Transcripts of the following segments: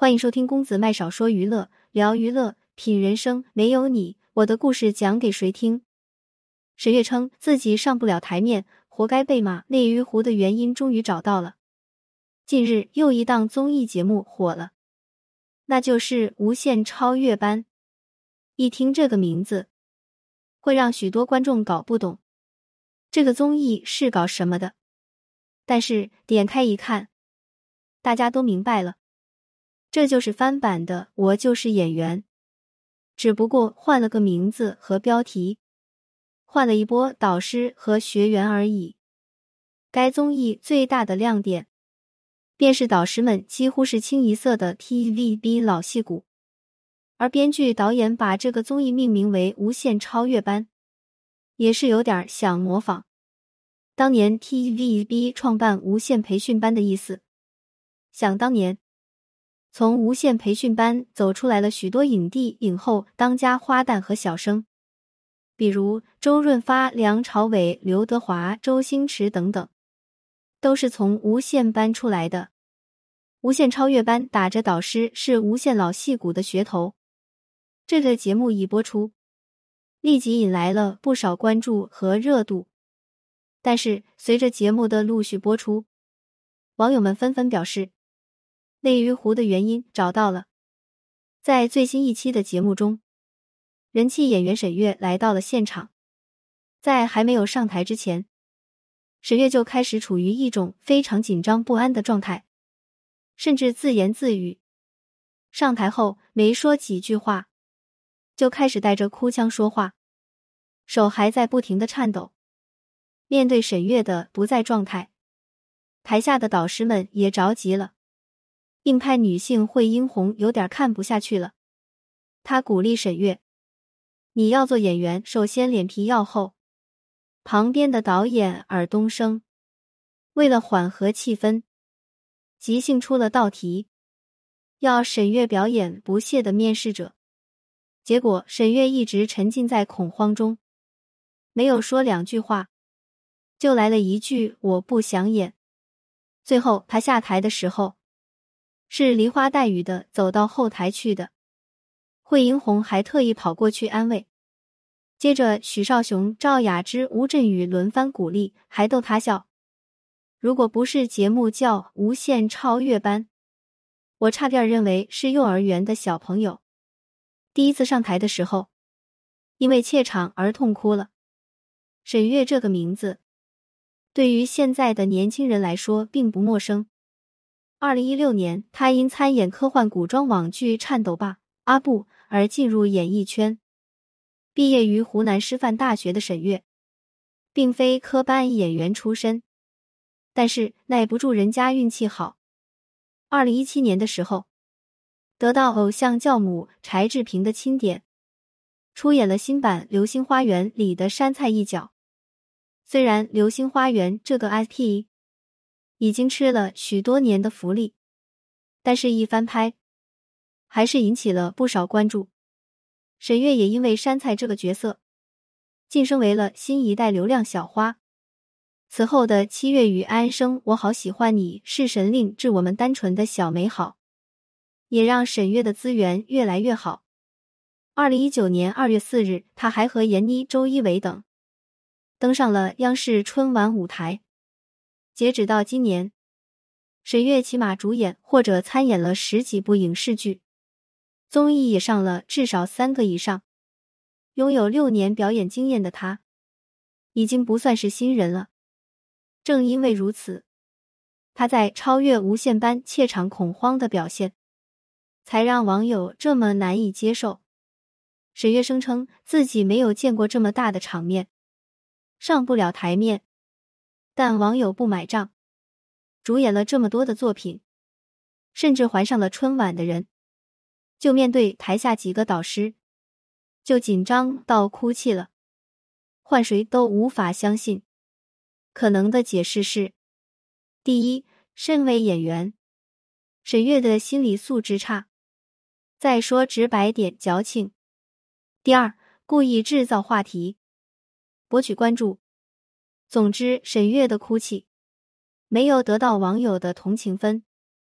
欢迎收听公子麦少说娱乐，聊娱乐，品人生。没有你，我的故事讲给谁听？沈月称自己上不了台面，活该被骂，内娱糊的原因终于找到了。近日又一档综艺节目火了，那就是《无限超越班》。一听这个名字，会让许多观众搞不懂这个综艺是搞什么的。但是点开一看，大家都明白了，这就是翻版的《我就是演员》，只不过换了个名字和标题，换了一波导师和学员而已。该综艺最大的亮点，便是导师们几乎是清一色的 TVB 老戏骨，而编剧导演把这个综艺命名为《无限超越班》，也是有点想模仿当年 TVB 创办无限培训班的意思。想当年，从无限培训班走出来了许多影帝、影后、当家花旦和小生，比如周润发、梁朝伟、刘德华、周星驰等等，都是从无限班出来的。无限超越班打着导师是无限老戏骨的噱头，这个节目一播出，立即引来了不少关注和热度。但是随着节目的陆续播出，网友们纷纷表示，内娱糊的原因找到了。在最新一期的节目中，人气演员沈月来到了现场。在还没有上台之前，沈月就开始处于一种非常紧张不安的状态，甚至自言自语。上台后没说几句话，就开始带着哭腔说话，手还在不停地颤抖。面对沈月的不在状态，台下的导师们也着急了。硬派女性惠英红有点看不下去了，她鼓励沈月，你要做演员，首先脸皮要厚。旁边的导演尔冬升为了缓和气氛，即兴出了道题，要沈月表演不屑的面试者。结果沈月一直沉浸在恐慌中，没有说两句话，就来了一句我不想演。最后他下台的时候，是梨花带雨的走到后台去的。惠英红还特意跑过去安慰。接着许绍雄、赵雅芝、吴镇宇轮番鼓励，还逗他笑。如果不是节目叫无限超越班，我差点认为是幼儿园的小朋友。第一次上台的时候，因为怯场而痛哭了。沈月这个名字，对于现在的年轻人来说并不陌生。2016年，他因参演科幻古装网剧《颤抖吧，阿布》而进入演艺圈。毕业于湖南师范大学的沈月，并非科班演员出身，但是耐不住人家运气好。2017年的时候，得到偶像教母柴智屏的钦点，出演了新版《流星花园》里的杉菜一角。虽然《流星花园》这个 IP 已经吃了许多年的福利，但是一翻拍，还是引起了不少关注。沈月也因为杉菜这个角色，晋升为了新一代流量小花。此后的七月与安生我好喜欢你是神令致我们单纯的小美好，也让沈月的资源越来越好。2019年2月4日，他还和闫妮、周一围等登上了央视春晚舞台。截止到今年，沈月起码主演或者参演了10几部影视剧，综艺也上了至少3个以上。拥有6年表演经验的他，已经不算是新人了。正因为如此，他在超越无限班怯场恐慌的表现，才让网友这么难以接受。沈月声称自己没有见过这么大的场面，上不了台面，但网友不买账。主演了这么多的作品，甚至还上了春晚的人，就面对台下几个导师，就紧张到哭泣了，换谁都无法相信。可能的解释是：第一，身为演员，沈月的心理素质差；再说直白点，矫情。第二，故意制造话题，博取关注。总之，沈月的哭泣没有得到网友的同情分，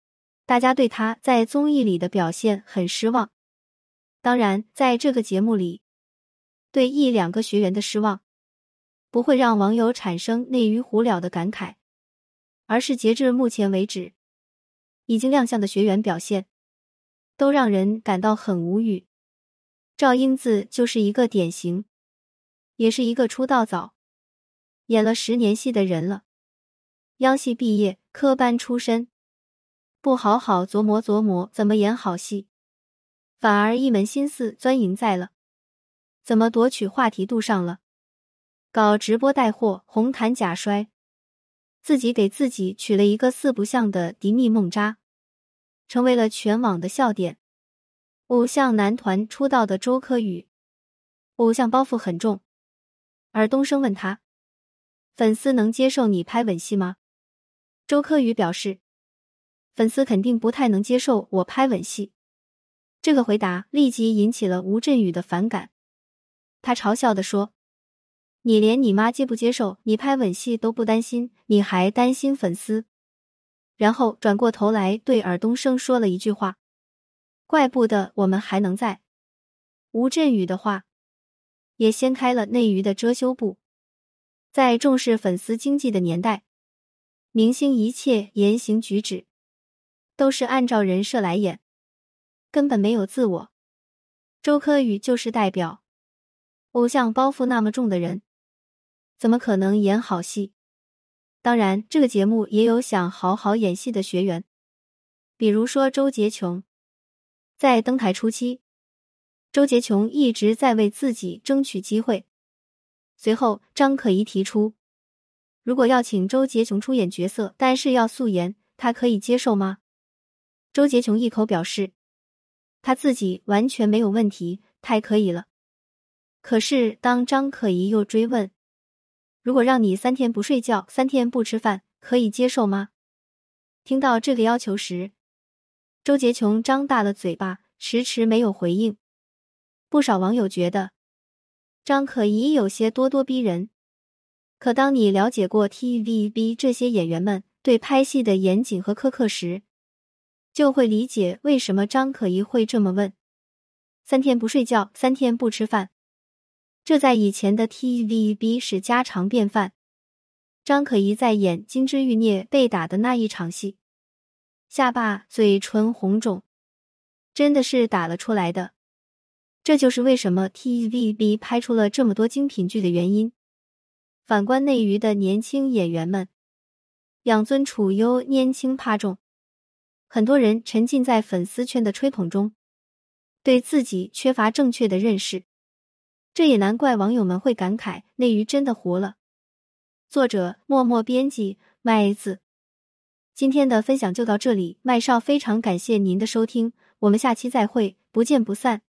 大家对他在综艺里的表现很失望。当然，在这个节目里，对一两个学员的失望，不会让网友产生内娱糊了的感慨，而是截至目前为止，已经亮相的学员表现，都让人感到很无语。赵英子就是一个典型，也是一个出道早，演了10年戏的人了。央戏毕业，科班出身，不好好琢磨琢磨怎么演好戏，反而一门心思钻营在了怎么夺取话题度上了，搞直播带货，红毯假摔，自己给自己取了一个四不像的迪蜜梦渣，成为了全网的笑点。偶像男团出道的周柯宇，偶像包袱很重。尔冬升问他，粉丝能接受你拍吻戏吗？周柯宇表示，粉丝肯定不太能接受我拍吻戏。这个回答立即引起了吴镇宇的反感。他嘲笑地说，你连你妈接不接受你拍吻戏都不担心，你还担心粉丝？然后转过头来对尔冬升说了一句话，怪不得我们还能在。吴镇宇的话也掀开了内娱的遮羞布。在重视粉丝经济的年代，明星一切言行举止都是按照人设来演，根本没有自我。周柯宇就是代表。偶像包袱那么重的人，怎么可能演好戏？当然，这个节目也有想好好演戏的学员，比如说周杰琼。在登台初期，周杰琼一直在为自己争取机会。随后，张可颐提出，如果要请周杰琼出演角色，但是要素颜，他可以接受吗？周杰琼一口表示，他自己完全没有问题，太可以了。可是，当张可颐又追问，如果让你3天不睡觉，3天不吃饭，可以接受吗？听到这个要求时，周杰琼张大了嘴巴，迟迟没有回应。不少网友觉得张可颐有些咄咄逼人，可当你了解过 TVB 这些演员们对拍戏的严谨和苛刻时，就会理解为什么张可颐会这么问。3天不睡觉，3天不吃饭，这在以前的 TVB 是家常便饭。张可颐在演金枝玉孽被打的那一场戏，下巴、嘴唇红肿，真的是打了出来的。这就是为什么 TVB 拍出了这么多精品剧的原因。反观内娱的年轻演员们，养尊处优，拈轻怕重，很多人沉浸在粉丝圈的吹捧中，对自己缺乏正确的认识。这也难怪网友们会感慨内娱真的糊了。作者默默编辑麦子。今天的分享就到这里，麦少非常感谢您的收听，我们下期再会，不见不散。